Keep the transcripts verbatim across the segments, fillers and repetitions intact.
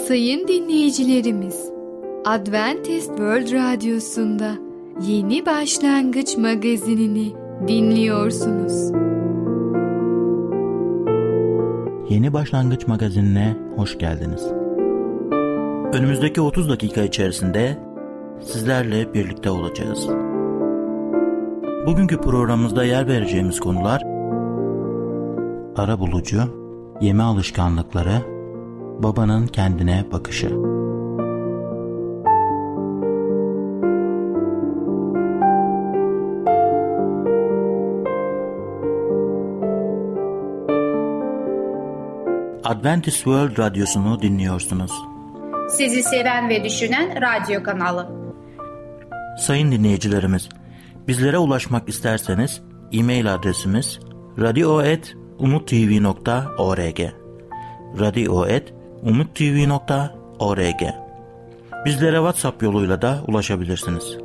Sayın dinleyicilerimiz, Adventist World Radyosu'nda Yeni Başlangıç Magazinini dinliyorsunuz. Yeni Başlangıç Magazinine hoş geldiniz. Önümüzdeki otuz dakika içerisinde sizlerle birlikte olacağız. Bugünkü programımızda yer vereceğimiz konular: arabulucu, yeme alışkanlıkları, babanın kendine bakışı. Adventist World Radyosu'nu dinliyorsunuz. Sizi seven ve düşünen radyo kanalı. Sayın dinleyicilerimiz, bizlere ulaşmak isterseniz e-mail adresimiz radio et umuttv nokta org radio et umuttv nokta org. Bizlere WhatsApp yoluyla da ulaşabilirsiniz.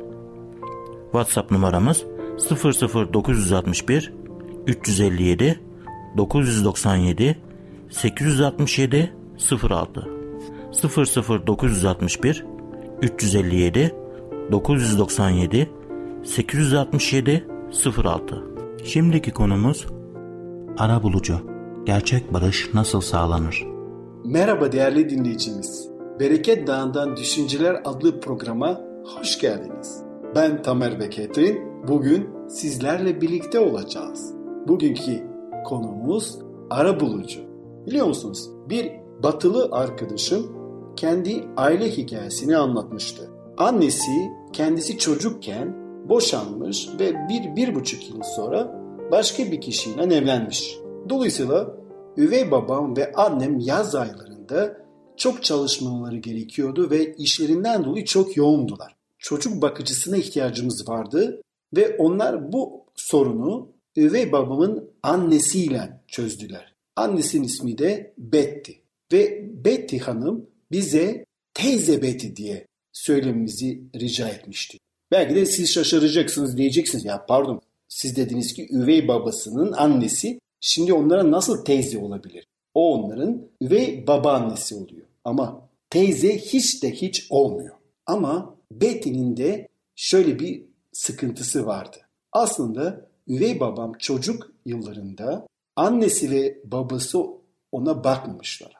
WhatsApp numaramız sıfır sıfır dokuz altı bir üç yüz elli yedi dokuz yüz doksan yedi sekiz yüz altmış yedi sıfır altı sıfır sıfır dokuz altı bir üç yüz elli yedi dokuz yüz doksan yedi sekiz yüz altmış yedi sıfır altı. Şimdiki konumuz arabulucu. Gerçek barış nasıl sağlanır? Merhaba değerli dinleyicimiz. Bereket Dağı'ndan Düşünceler adlı programa hoş geldiniz. Ben Tamer ve Ketrin. Bugün sizlerle birlikte olacağız. Bugünkü konumuz arabulucu. Biliyor musunuz? Bir batılı arkadaşım kendi aile hikayesini anlatmıştı. Annesi kendisi çocukken boşanmış ve bir, bir buçuk yıl sonra başka bir kişiyle evlenmiş. Dolayısıyla üvey babam ve annem yaz aylarında çok çalışmaları gerekiyordu ve işlerinden dolayı çok yoğundular. Çocuk bakıcısına ihtiyacımız vardı ve onlar bu sorunu üvey babamın annesiyle çözdüler. Annesinin ismi de Betty ve Betty Hanım bize teyze Betty diye söylememizi rica etmişti. Belki de siz şaşıracaksınız, diyeceksiniz ya pardon siz dediniz ki üvey babasının annesi, şimdi onlara nasıl teyze olabilir? O onların üvey babaannesi oluyor ama teyze hiç de hiç olmuyor. Ama Betty'nin de şöyle bir sıkıntısı vardı. Aslında üvey babam çocuk yıllarında annesi ve babası ona bakmamışlar.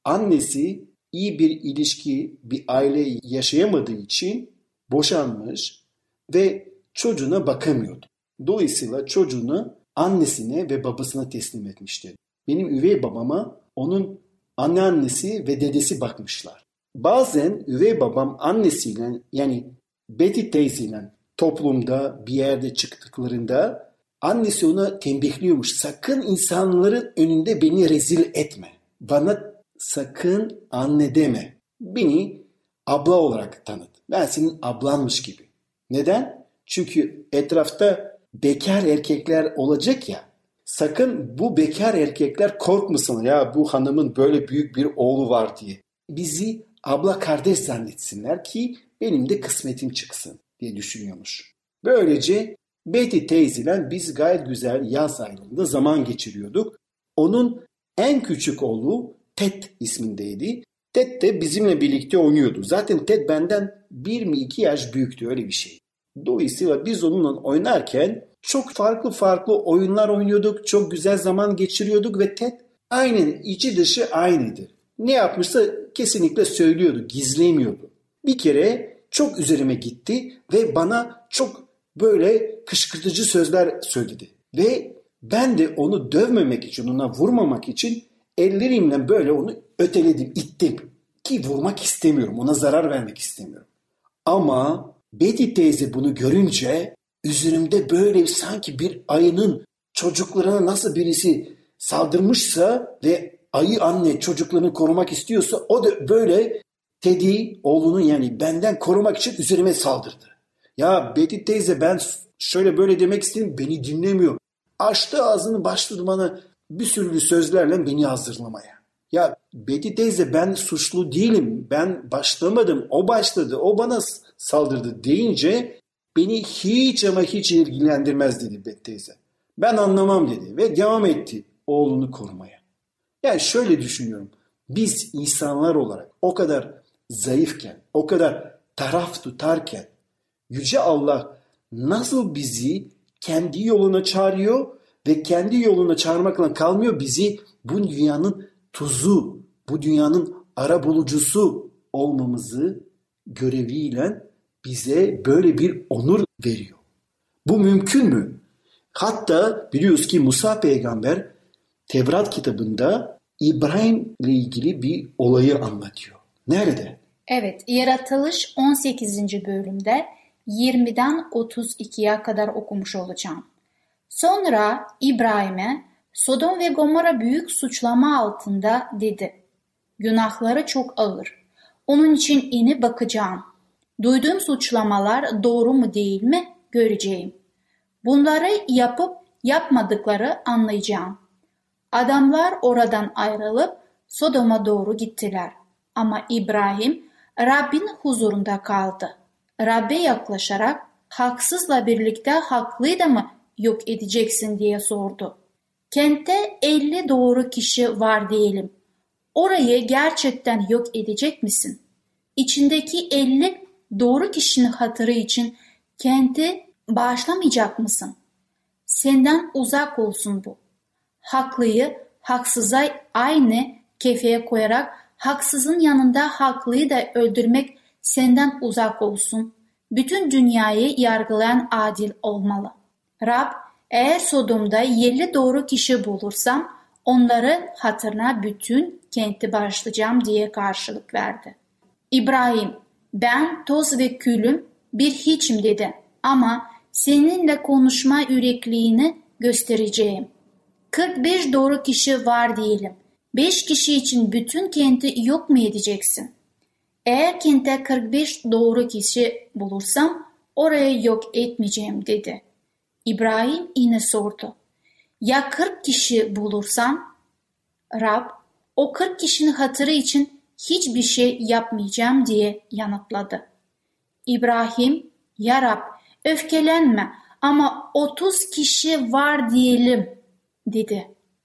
Annesi iyi bir ilişki, bir aile yaşayamadığı için boşanmış ve çocuğuna bakamıyordu. Dolayısıyla çocuğunu annesine ve babasına teslim etmişti. Benim üvey babama onun anneannesi ve dedesi bakmışlar. Bazen üvey babam annesiyle, yani Betty teyzeyle toplumda bir yerde çıktıklarında annesi ona tembihliyormuş. Sakın insanların önünde beni rezil etme. Bana sakın anne deme. Beni abla olarak tanıt. Ben senin ablanmış gibi. Neden? Çünkü etrafta bekar erkekler olacak ya. Sakın bu bekar erkekler korkmasın ya bu hanımın böyle büyük bir oğlu var diye. Bizi abla kardeş zannetsinler ki benim de kısmetim çıksın diye düşünüyormuş. Böylece Betty teyzeyle biz gayet güzel yaz aylarında zaman geçiriyorduk. Onun en küçük oğlu Ted ismindeydi. Ted de bizimle birlikte oynuyordu. Zaten Ted benden bir mi iki yaş büyüktü, öyle bir şey. Dolayısıyla biz onunla oynarken çok farklı farklı oyunlar oynuyorduk. Çok güzel zaman geçiriyorduk ve Ted aynen içi dışı aynıydı. Ne yapmışsa kesinlikle söylüyordu, gizlemiyordu. Bir kere çok üzerime gitti ve bana çok böyle kışkırtıcı sözler söyledi. Ve ben de onu dövmemek için, ona vurmamak için ellerimle böyle onu öteledim, ittim. Ki vurmak istemiyorum, ona zarar vermek istemiyorum. Ama Betty teyze bunu görünce üzerimde böyle sanki bir ayının çocuklarına nasıl birisi saldırmışsa ve ayı anne çocuklarını korumak istiyorsa o da böyle Teddy oğlunu yani benden korumak için üzerime saldırdı. Ya Betty teyze ben şöyle böyle demek istedim, beni dinlemiyor. Açtı ağzını, başladı bana bir sürü sözlerle beni hazırlamaya. Ya Betty teyze ben suçlu değilim, ben başlamadım, o başladı, o bana saldırdı deyince beni hiç ama hiç ilgilendirmez dedi Betty teyze. Ben anlamam dedi ve devam etti oğlunu korumaya. Yani şöyle düşünüyorum, biz insanlar olarak o kadar zayıfken, o kadar taraf tutarken Yüce Allah nasıl bizi kendi yoluna çağırıyor ve kendi yoluna çağırmakla kalmıyor, bizi bu dünyanın tuzu, bu dünyanın arabulucusu olmamızı göreviyle bize böyle bir onur veriyor. Bu mümkün mü? Hatta biliyoruz ki Musa peygamber Tevrat kitabında İbrahim ile ilgili bir olayı anlatıyor. Nerede? Evet, Yaratılış on sekizinci bölümde yirmiden otuz ikiye kadar okumuş olacağım. Sonra İbrahim'e Sodom ve Gomorra büyük suçlama altında dedi. Günahları çok ağır. Onun için inip bakacağım. Duyduğum suçlamalar doğru mu değil mi göreceğim. Bunları yapıp yapmadıkları anlayacağım. Adamlar oradan ayrılıp Sodom'a doğru gittiler. Ama İbrahim Rabbin huzurunda kaldı. Rabbe yaklaşarak haksızla birlikte haklıyı da mı yok edeceksin diye sordu. Kentte elli doğru kişi var diyelim. Orayı gerçekten yok edecek misin? İçindeki elli doğru kişinin hatırı için kenti bağışlamayacak mısın? Senden uzak olsun bu. Haklıyı haksıza aynı kefeye koyarak haksızın yanında haklıyı da öldürmek senden uzak olsun. Bütün dünyayı yargılayan adil olmalı. Rab, eğer Sodom'da elli doğru kişi bulursam onları hatırına bütün kenti bağışlayacağım diye karşılık verdi. İbrahim, ben toz ve külüm bir hiçim dedi ama seninle konuşma yürekliğini göstereceğim. kırk beş doğru kişi var diyelim. beş kişi için bütün kenti yok mu edeceksin? Eğer kente kırk beş doğru kişi bulursam orayı yok etmeyeceğim dedi. İbrahim yine sordu. Ya kırk kişi bulursam? Rab, o kırk kişinin hatırı için hiçbir şey yapmayacağım diye yanıtladı. İbrahim, ya Rab, öfkelenme ama otuz kişi var diyelim dedi.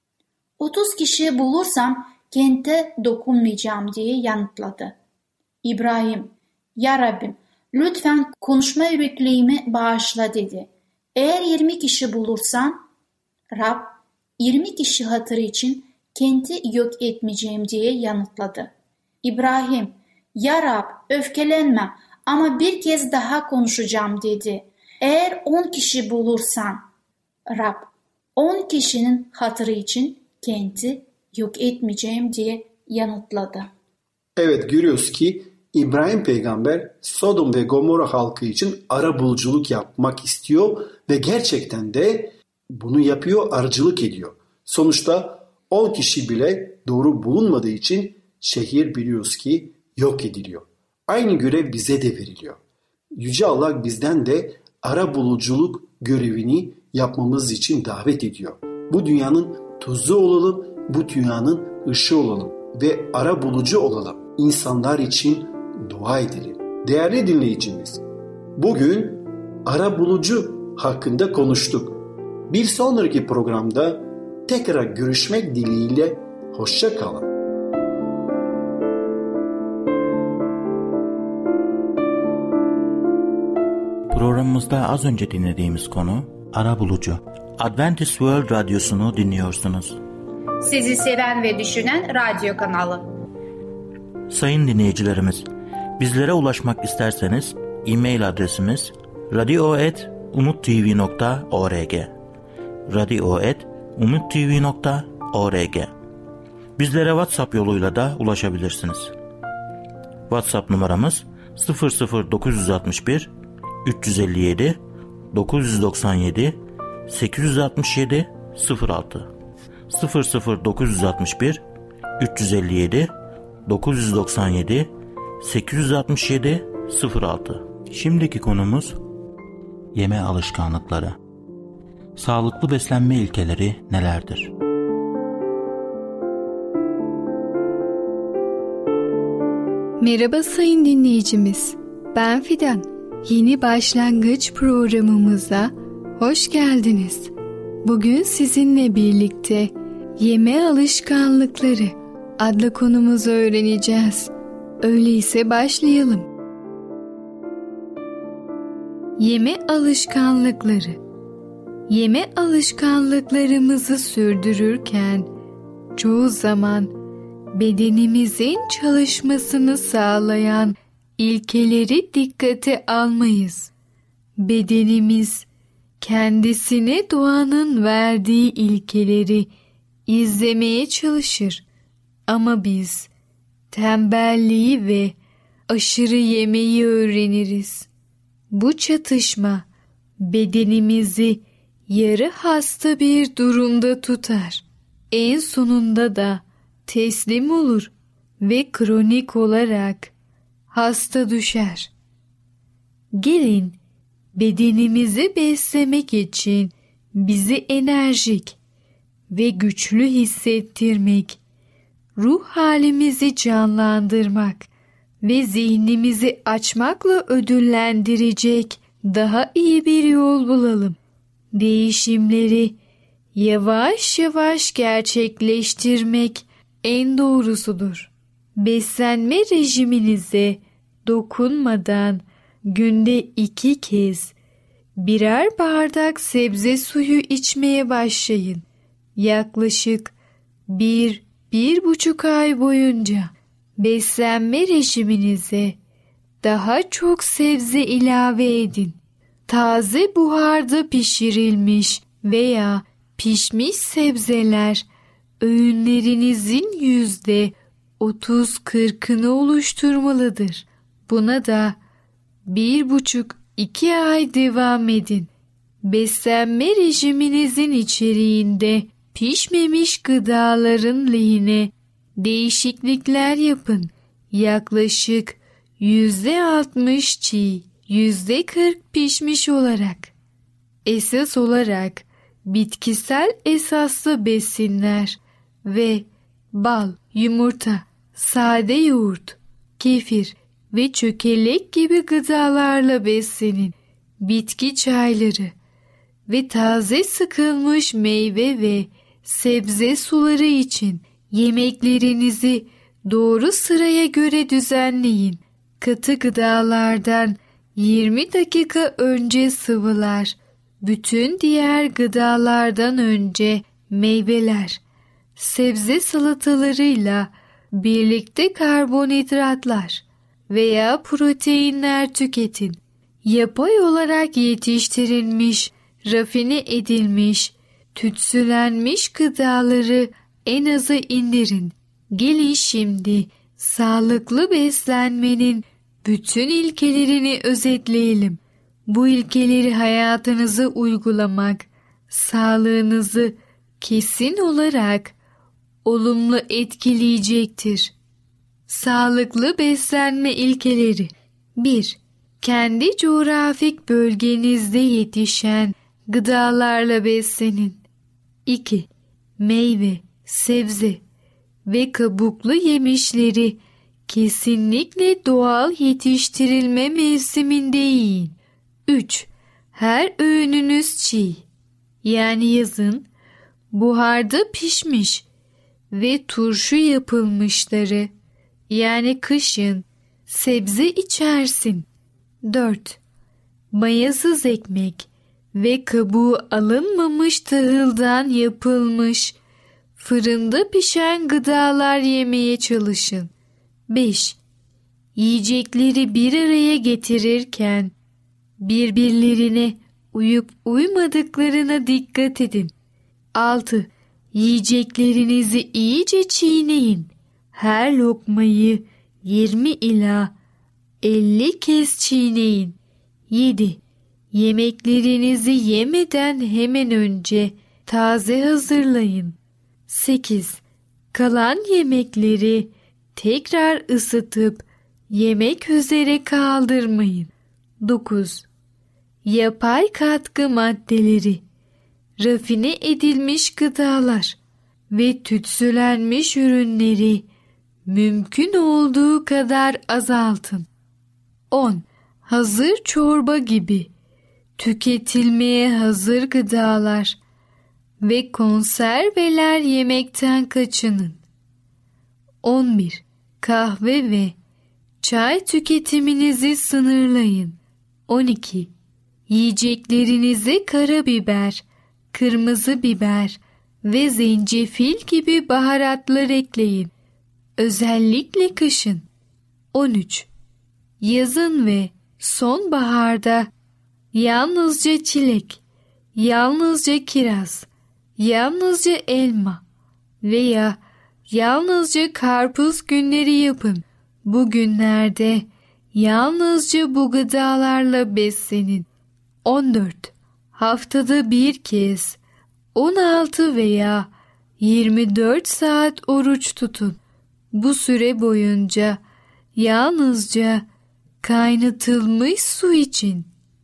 otuz kişi bulursam kente dokunmayacağım diye yanıtladı. İbrahim, ya Rabbim, lütfen konuşma yürekliğimi bağışla dedi. Eğer yirmi kişi bulursan, Rab, yirmi kişi hatırı için kenti yok etmeyeceğim diye yanıtladı. İbrahim, ya Rab, öfkelenme ama bir kez daha konuşacağım dedi. Eğer on kişi bulursan, Rab, on kişinin hatırı için kenti yok etmeyeceğim diye yanıtladı. Evet, görüyoruz ki İbrahim peygamber Sodom ve Gomorra halkı için arabuluculuk yapmak istiyor ve gerçekten de bunu yapıyor, aracılık ediyor. Sonuçta on kişi bile doğru bulunmadığı için şehir biliyoruz ki yok ediliyor. Aynı görev bize de veriliyor. Yüce Allah bizden de arabuluculuk görevini yapmamız için davet ediyor. Bu dünyanın tuzu olalım, bu dünyanın ışığı olalım ve arabulucu olalım. İnsanlar için dua edelim. Değerli dinleyicimiz, bugün arabulucu hakkında konuştuk. Bir sonraki programda tekrar görüşmek dileğiyle hoşça kalın. Programımızda az önce dinlediğimiz konu arabulucu. Adventist World Radyosu'nu dinliyorsunuz. Sizi seven ve düşünen radyo kanalı. Sayın dinleyicilerimiz, bizlere ulaşmak isterseniz e-mail adresimiz radio et umuttv nokta org radio et umuttv nokta org. Bizlere WhatsApp yoluyla da ulaşabilirsiniz. WhatsApp numaramız sıfır sıfır dokuz altı bir üç yüz elli yedi dokuz yüz doksan yedi sekiz yüz altmış yedi sıfır altı sıfır sıfır dokuz altı bir üç yüz elli yedi dokuz yüz doksan yedi sekiz yüz altmış yedi sıfır altı. Şimdiki konumuz yeme alışkanlıkları. Sağlıklı beslenme ilkeleri nelerdir? Merhaba sayın dinleyicimiz. Ben Fidan. Yeni başlangıç programımıza hoş geldiniz. Bugün sizinle birlikte yeme alışkanlıkları adlı konumuzu öğreneceğiz. Öyleyse başlayalım. Yeme alışkanlıkları. Yeme alışkanlıklarımızı sürdürürken çoğu zaman bedenimizin çalışmasını sağlayan ilkeleri dikkate almayız. Bedenimiz kendisine doğanın verdiği ilkeleri izlemeye çalışır. Ama biz tembelliği ve aşırı yemeyi öğreniriz. Bu çatışma bedenimizi yarı hasta bir durumda tutar. En sonunda da teslim olur ve kronik olarak hasta düşer. Gelin bedenimizi beslemek için bizi enerjik ve güçlü hissettirmek, ruh halimizi canlandırmak ve zihnimizi açmakla ödüllendirecek daha iyi bir yol bulalım. Değişimleri yavaş yavaş gerçekleştirmek en doğrusudur. Beslenme rejiminize dokunmadan günde iki kez birer bardak sebze suyu içmeye başlayın. Yaklaşık bir, bir buçuk ay boyunca beslenme rejiminize daha çok sebze ilave edin. Taze buharda pişirilmiş veya pişmiş sebzeler öğünlerinizin yüzde otuz kırkını oluşturmalıdır. Buna da bir buçuk iki ay devam edin. Beslenme rejiminizin içeriğinde pişmemiş gıdaların lehine değişiklikler yapın. Yaklaşık yüzde altmış çiğ, yüzde kırk pişmiş olarak. Esas olarak bitkisel esaslı besinler ve bal, yumurta, sade yoğurt, kefir ve çökelek gibi gıdalarla beslenin. Bitki çayları ve taze sıkılmış meyve ve sebze suları için yemeklerinizi doğru sıraya göre düzenleyin. Katı gıdalardan yirmi dakika önce sıvılar, bütün diğer gıdalardan önce meyveler, sebze salatalarıyla birlikte karbonhidratlar veya proteinler tüketin. Yapay olarak yetiştirilmiş, rafine edilmiş, tütsülenmiş gıdaları en aza indirin. Gelin şimdi sağlıklı beslenmenin bütün ilkelerini özetleyelim. Bu ilkeleri hayatınıza uygulamak, sağlığınızı kesin olarak olumlu etkileyecektir. Sağlıklı beslenme ilkeleri. bir. Kendi coğrafik bölgenizde yetişen gıdalarla beslenin. iki. Meyve, sebze ve kabuklu yemişleri kesinlikle doğal yetiştirilme mevsiminde yiyin. üç. Her öğününüz çiğ, yani yazın buharda pişmiş ve turşu yapılmışları, yani kışın sebze içersin. dört. Mayasız ekmek ve kabuğu alınmamış tahıldan yapılmış, fırında pişen gıdalar yemeye çalışın. beş. Yiyecekleri bir araya getirirken birbirlerine uyup uymadıklarına dikkat edin. altı. Yiyeceklerinizi iyice çiğneyin. Her lokmayı yirmi ila elli kez çiğneyin. yedi. Yemeklerinizi yemeden hemen önce taze hazırlayın. sekiz. Kalan yemekleri tekrar ısıtıp yemek üzere kaldırmayın. dokuz. Yapay katkı maddeleri, rafine edilmiş gıdalar ve tütsülenmiş ürünleri mümkün olduğu kadar azaltın. on. Hazır çorba gibi tüketilmeye hazır gıdalar ve konserveler yemekten kaçının. on bir. Kahve ve çay tüketiminizi sınırlayın. on iki. Yiyeceklerinize karabiber, kırmızı biber ve zencefil gibi baharatlar ekleyin. Özellikle kışın. on üç. Yazın ve sonbaharda yalnızca çilek, yalnızca kiraz, yalnızca elma veya yalnızca karpuz günleri yapın. Bu günlerde yalnızca bu gıdalarla beslenin. on dört. Haftada bir kez on altı veya yirmi dört saat oruç tutun. Bu süre boyunca yalnızca kaynatılmış su için.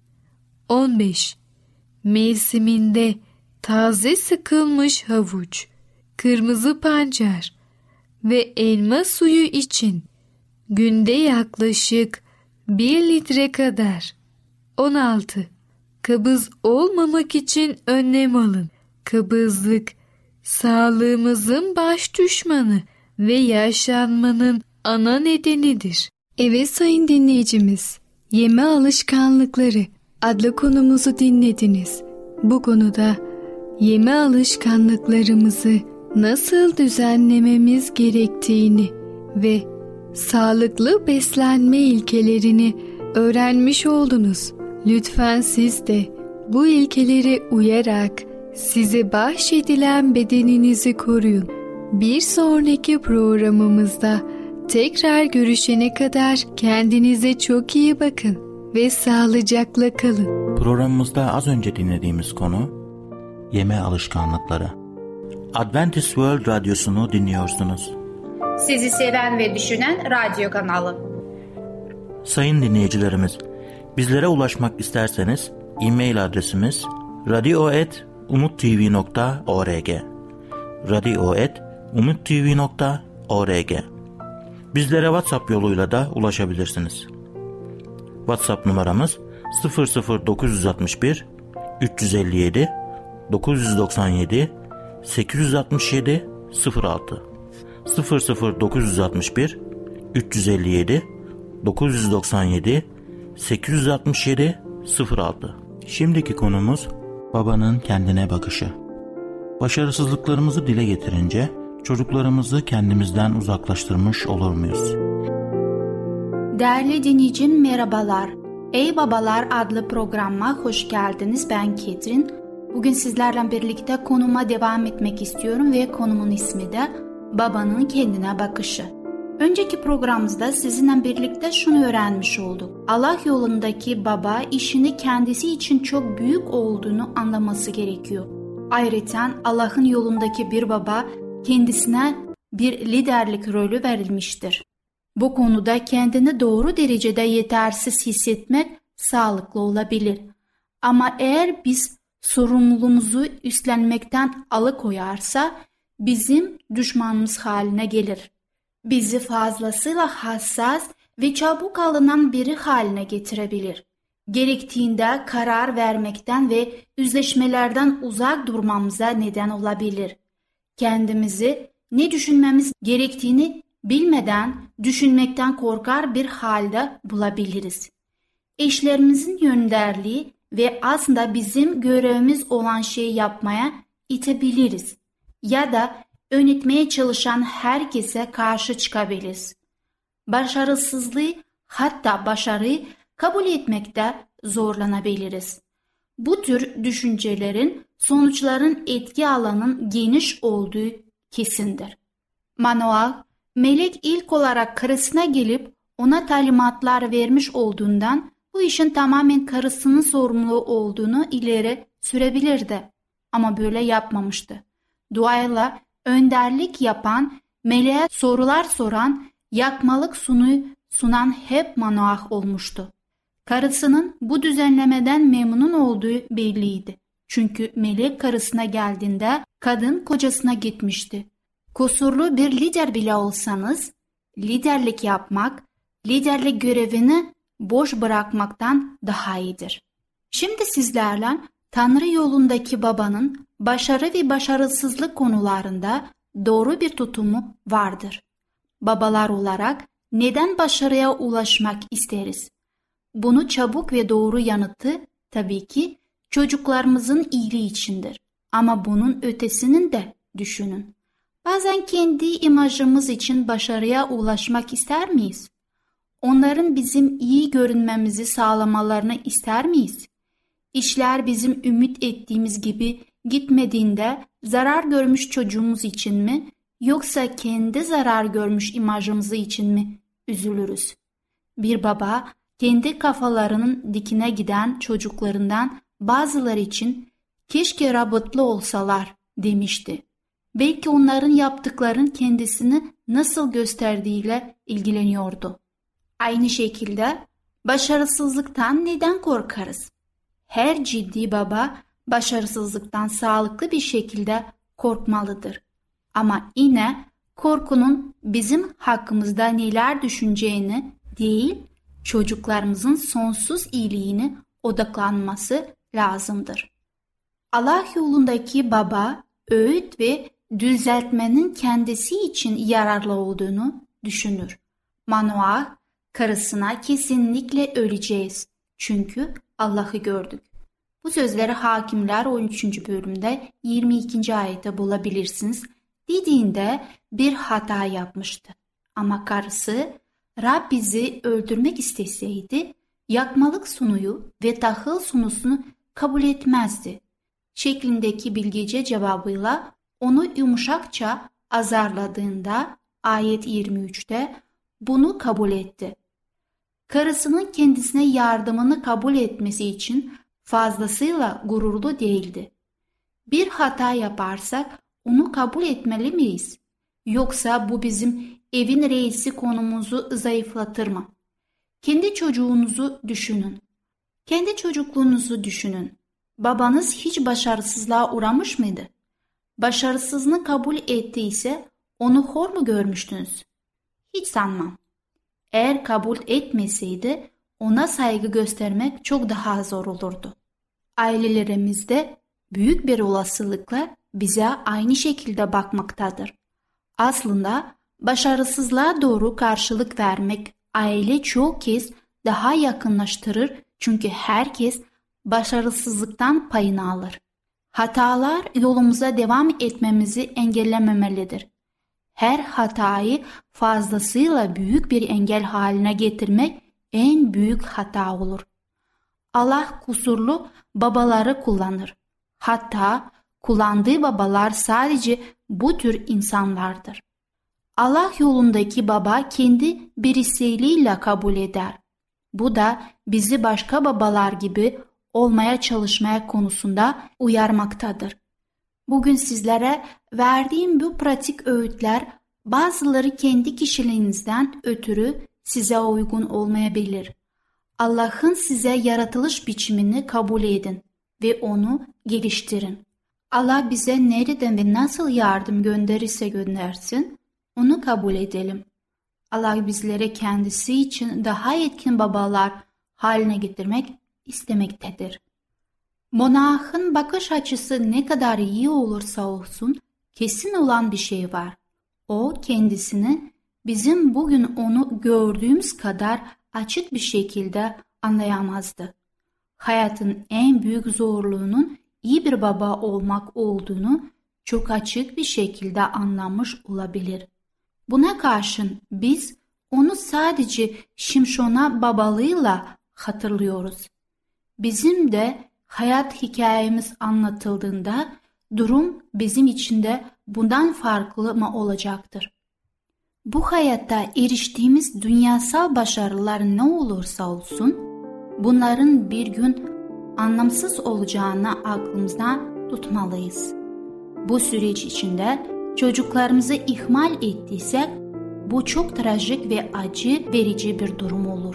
on beş. Mevsiminde taze sıkılmış havuç, kırmızı pancar ve elma suyu için günde yaklaşık bir litre kadar. on altı. Kabız olmamak için önlem alın. Kabızlık sağlığımızın baş düşmanı ve yaşlanmanın ana nedenidir. Evet sayın dinleyicimiz, yeme alışkanlıkları adlı konumuzu dinlediniz. Bu konuda yeme alışkanlıklarımızı nasıl düzenlememiz gerektiğini ve sağlıklı beslenme ilkelerini öğrenmiş oldunuz. Lütfen siz de bu ilkelere uyarak size bahşedilen bedeninizi koruyun. Bir sonraki programımızda tekrar görüşene kadar kendinize çok iyi bakın ve sağlıcakla kalın. Programımızda az önce dinlediğimiz konu yeme alışkanlıkları. Adventist World Radyosu'nu dinliyorsunuz. Sizi seven ve düşünen radyo kanalı. Sayın dinleyicilerimiz, bizlere ulaşmak isterseniz e-mail adresimiz radio at umuttv nokta org radio at umuttv nokta org. Bizlere WhatsApp yoluyla da ulaşabilirsiniz. WhatsApp numaramız sıfır sıfır dokuz altı bir üç yüz elli yedi dokuz yüz doksan yedi sekiz yüz altmış yedi sıfır altı sıfır sıfır dokuz altı bir üç yüz elli yedi dokuz yüz doksan yedi sekiz yüz altmış yedi sıfır altı. Şimdiki konumuz babanın kendine bakışı. Başarısızlıklarımızı dile getirince çocuklarımızı kendimizden uzaklaştırmış olur muyuz? Değerli dinleyicim, merhabalar. Ey Babalar adlı programa hoş geldiniz. Ben Ketrin. Bugün sizlerle birlikte konuma devam etmek istiyorum ve konumun ismi de babanın kendine bakışı. Önceki programımızda sizinle birlikte şunu öğrenmiş olduk. Allah yolundaki baba işini kendisi için çok büyük olduğunu anlaması gerekiyor. Ayrıca Allah'ın yolundaki bir baba kendisine bir liderlik rolü verilmiştir. Bu konuda kendini doğru derecede yetersiz hissetmek sağlıklı olabilir. Ama eğer biz sorumluluğumuzu üstlenmekten alıkoyarsa bizim düşmanımız haline gelir. Bizi fazlasıyla hassas ve çabuk alınan biri haline getirebilir. Gerektiğinde karar vermekten ve yüzleşmelerden uzak durmamıza neden olabilir. Kendimizi ne düşünmemiz gerektiğini bilmeden düşünmekten korkar bir halde bulabiliriz. Eşlerimizin yönderliği ve aslında bizim görevimiz olan şeyi yapmaya itebiliriz. Ya da yönetmeye çalışan herkese karşı çıkabiliriz. Başarısızlığı, hatta başarıyı kabul etmekte zorlanabiliriz. Bu tür düşüncelerin, sonuçların etki alanının geniş olduğu kesindir. Manoah, melek ilk olarak karısına gelip ona talimatlar vermiş olduğundan bu işin tamamen karısının sorumlu olduğunu ileri sürebilirdi. Ama böyle yapmamıştı. Duayla önderlik yapan, meleğe sorular soran, yakmalık sunuyu sunan hep Manoah olmuştu. Karısının bu düzenlemeden memnun olduğu belliydi. Çünkü melek karısına geldiğinde kadın kocasına gitmişti. Kusurlu bir lider bile olsanız, liderlik yapmak, liderlik görevini boş bırakmaktan daha iyidir. Şimdi sizlerle Tanrı yolundaki babanın başarı ve başarısızlık konularında doğru bir tutumu vardır. Babalar olarak neden başarıya ulaşmak isteriz? Bunu çabuk ve doğru yanıtı tabii ki çocuklarımızın iyiliği içindir. Ama bunun ötesini de düşünün. Bazen kendi imajımız için başarıya ulaşmak ister miyiz? Onların bizim iyi görünmemizi sağlamalarını ister miyiz? İşler bizim ümit ettiğimiz gibi gitmediğinde zarar görmüş çocuğumuz için mi, yoksa kendi zarar görmüş imajımızı için mi üzülürüz? Bir baba kendi kafalarının dikine giden çocuklarından bazıları için keşke robotlu olsalar demişti. Belki onların yaptıklarının kendisini nasıl gösterdiğiyle ilgileniyordu. Aynı şekilde başarısızlıktan neden korkarız? Her ciddi baba başarısızlıktan sağlıklı bir şekilde korkmalıdır. Ama yine korkunun bizim hakkımızda neler düşüneceğini değil, çocuklarımızın sonsuz iyiliğine odaklanması lazımdır. Allah yolundaki baba, öğüt ve düzeltmenin kendisi için yararlı olduğunu düşünür. Manoah, karısına kesinlikle öleceğiz çünkü Allah'ı gördük. Bu sözleri Hakimler on üçüncü bölümde yirmi ikinci ayette bulabilirsiniz. Dediğinde bir hata yapmıştı. Ama karısı, Rab bizi öldürmek isteseydi yakmalık sunuyu ve tahıl sunusunu kabul etmezdi şeklindeki bilgece cevabıyla onu yumuşakça azarladığında ayet yirmi üçte bunu kabul etti. Karısının kendisine yardımını kabul etmesi için fazlasıyla gururlu değildi. Bir hata yaparsak onu kabul etmeli miyiz? Yoksa bu bizim evin reisi konumumuzu zayıflatır mı? Kendi çocuğunuzu düşünün. Kendi çocukluğunuzu düşünün. Babanız hiç başarısızlığa uğramış mıydı? Başarısızlığını kabul ettiyse onu hor mu görmüştünüz? Hiç sanmam. Eğer kabul etmeseydi ona saygı göstermek çok daha zor olurdu. Ailelerimizde büyük bir olasılıkla bize aynı şekilde bakmaktadır. Aslında başarısızlığa doğru karşılık vermek aile çoğu kez daha yakınlaştırır çünkü herkes başarısızlıktan payını alır. Hatalar yolumuza devam etmemizi engellememelidir. Her hatayı fazlasıyla büyük bir engel haline getirmek en büyük hata olur. Allah kusurlu babaları kullanır. Hatta kullandığı babalar sadece bu tür insanlardır. Allah yolundaki baba kendi birisiyle kabul eder. Bu da bizi başka babalar gibi olmaya çalışmaya konusunda uyarmaktadır. Bugün sizlere verdiğim bu pratik öğütler bazıları kendi kişiliğinizden ötürü size uygun olmayabilir. Allah'ın size yaratılış biçimini kabul edin ve onu geliştirin. Allah bize nereden ve nasıl yardım gönderirse göndersin, onu kabul edelim. Allah bizlere kendisi için daha etkin babalar haline getirmek istemektedir. Monahın bakış açısı ne kadar iyi olursa olsun kesin olan bir şey var. O kendisini bizim bugün onu gördüğümüz kadar açık bir şekilde anlayamazdı. Hayatın en büyük zorluğunun iyi bir baba olmak olduğunu çok açık bir şekilde anlamış olabilir. Buna karşın biz onu sadece Şimşon'a babalığıyla hatırlıyoruz. Bizim de hayat hikayemiz anlatıldığında durum bizim için de bundan farklı mı olacaktır? Bu hayatta eriştiğimiz dünyasal başarılar ne olursa olsun, bunların bir gün anlamsız olacağını aklımızda tutmalıyız. Bu süreç içinde çocuklarımızı ihmal ettiysek, bu çok trajik ve acı verici bir durum olur.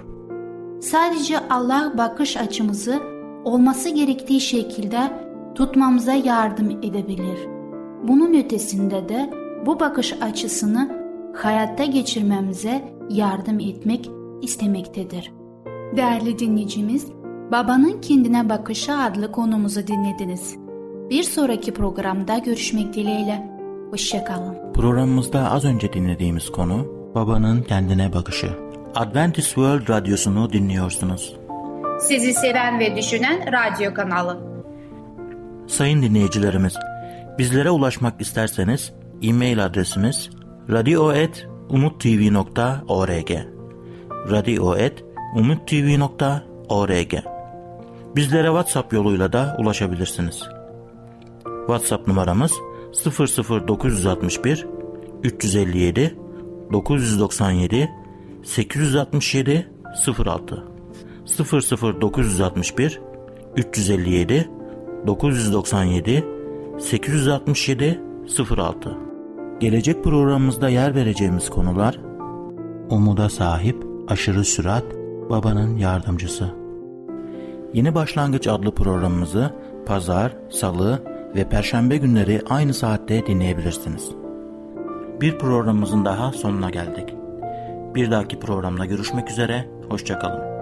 Sadece Allah bakış açımızı olması gerektiği şekilde tutmamıza yardım edebilir. Bunun ötesinde de bu bakış açısını hayatta geçirmemize yardım etmek istemektedir. Değerli dinleyicimiz, Babanın Kendine Bakışı adlı konumuzu dinlediniz. Bir sonraki programda görüşmek dileğiyle. Hoşça kalın. Programımızda az önce dinlediğimiz konu Babanın kendine bakışı. Adventist World Radyosu'nu dinliyorsunuz. Sizi seven ve düşünen radyo kanalı. Sayın dinleyicilerimiz, bizlere ulaşmak isterseniz e-mail adresimiz radio et umuttv nokta org radio et umuttv nokta org. Bizlere WhatsApp yoluyla da ulaşabilirsiniz. WhatsApp numaramız sıfır sıfır dokuz altı bir üç elli yedi dokuz doksan yedi sekiz altı yedi sıfır altı sıfır sıfır dokuz altı bir üç elli yedi dokuz doksan yedi sekiz altı yedi sıfır altı. Gelecek programımızda yer vereceğimiz konular: umuda sahip, aşırı sürat, babanın yardımcısı. Yeni Başlangıç adlı programımızı pazar, salı ve perşembe günleri aynı saatte dinleyebilirsiniz. Bir programımızın daha sonuna geldik. Bir dahaki programda görüşmek üzere, hoşça kalın.